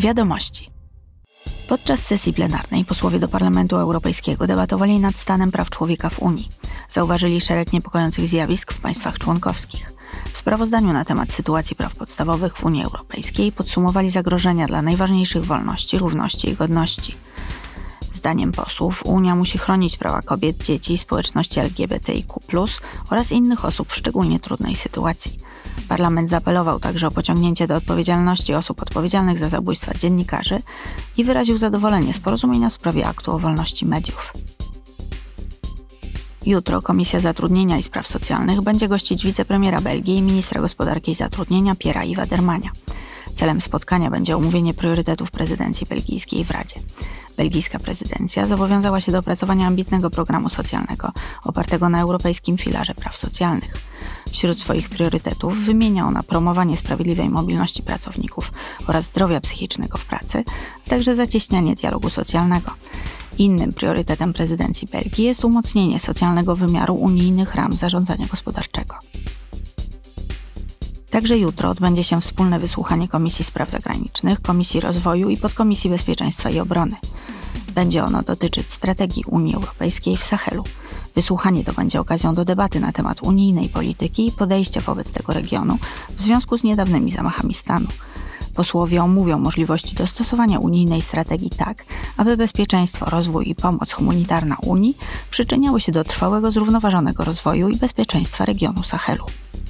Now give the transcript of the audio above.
Wiadomości. Podczas sesji plenarnej posłowie do Parlamentu Europejskiego debatowali nad stanem praw człowieka w Unii. Zauważyli szereg niepokojących zjawisk w państwach członkowskich. W sprawozdaniu na temat sytuacji praw podstawowych w Unii Europejskiej podsumowali zagrożenia dla najważniejszych wolności, równości i godności. Zdaniem posłów Unia musi chronić prawa kobiet, dzieci, społeczności LGBTIQ+, oraz innych osób w szczególnie trudnej sytuacji. Parlament zaapelował także o pociągnięcie do odpowiedzialności osób odpowiedzialnych za zabójstwa dziennikarzy i wyraził zadowolenie z porozumienia w sprawie aktu o wolności mediów. Jutro Komisja Zatrudnienia i Spraw Socjalnych będzie gościć wicepremiera Belgii i ministra gospodarki i zatrudnienia Pierre'a Wadermana. Celem spotkania będzie omówienie priorytetów prezydencji belgijskiej w Radzie. Belgijska prezydencja zobowiązała się do opracowania ambitnego programu socjalnego opartego na europejskim filarze praw socjalnych. Wśród swoich priorytetów wymienia ona promowanie sprawiedliwej mobilności pracowników oraz zdrowia psychicznego w pracy, a także zacieśnianie dialogu socjalnego. Innym priorytetem prezydencji Belgii jest umocnienie socjalnego wymiaru unijnych ram zarządzania gospodarczego. Także jutro odbędzie się wspólne wysłuchanie Komisji Spraw Zagranicznych, Komisji Rozwoju i Podkomisji Bezpieczeństwa i Obrony. Będzie ono dotyczyć strategii Unii Europejskiej w Sahelu. Wysłuchanie to będzie okazją do debaty na temat unijnej polityki i podejścia wobec tego regionu w związku z niedawnymi zamachami stanu. Posłowie omówią możliwości dostosowania unijnej strategii tak, aby bezpieczeństwo, rozwój i pomoc humanitarna Unii przyczyniały się do trwałego, zrównoważonego rozwoju i bezpieczeństwa regionu Sahelu.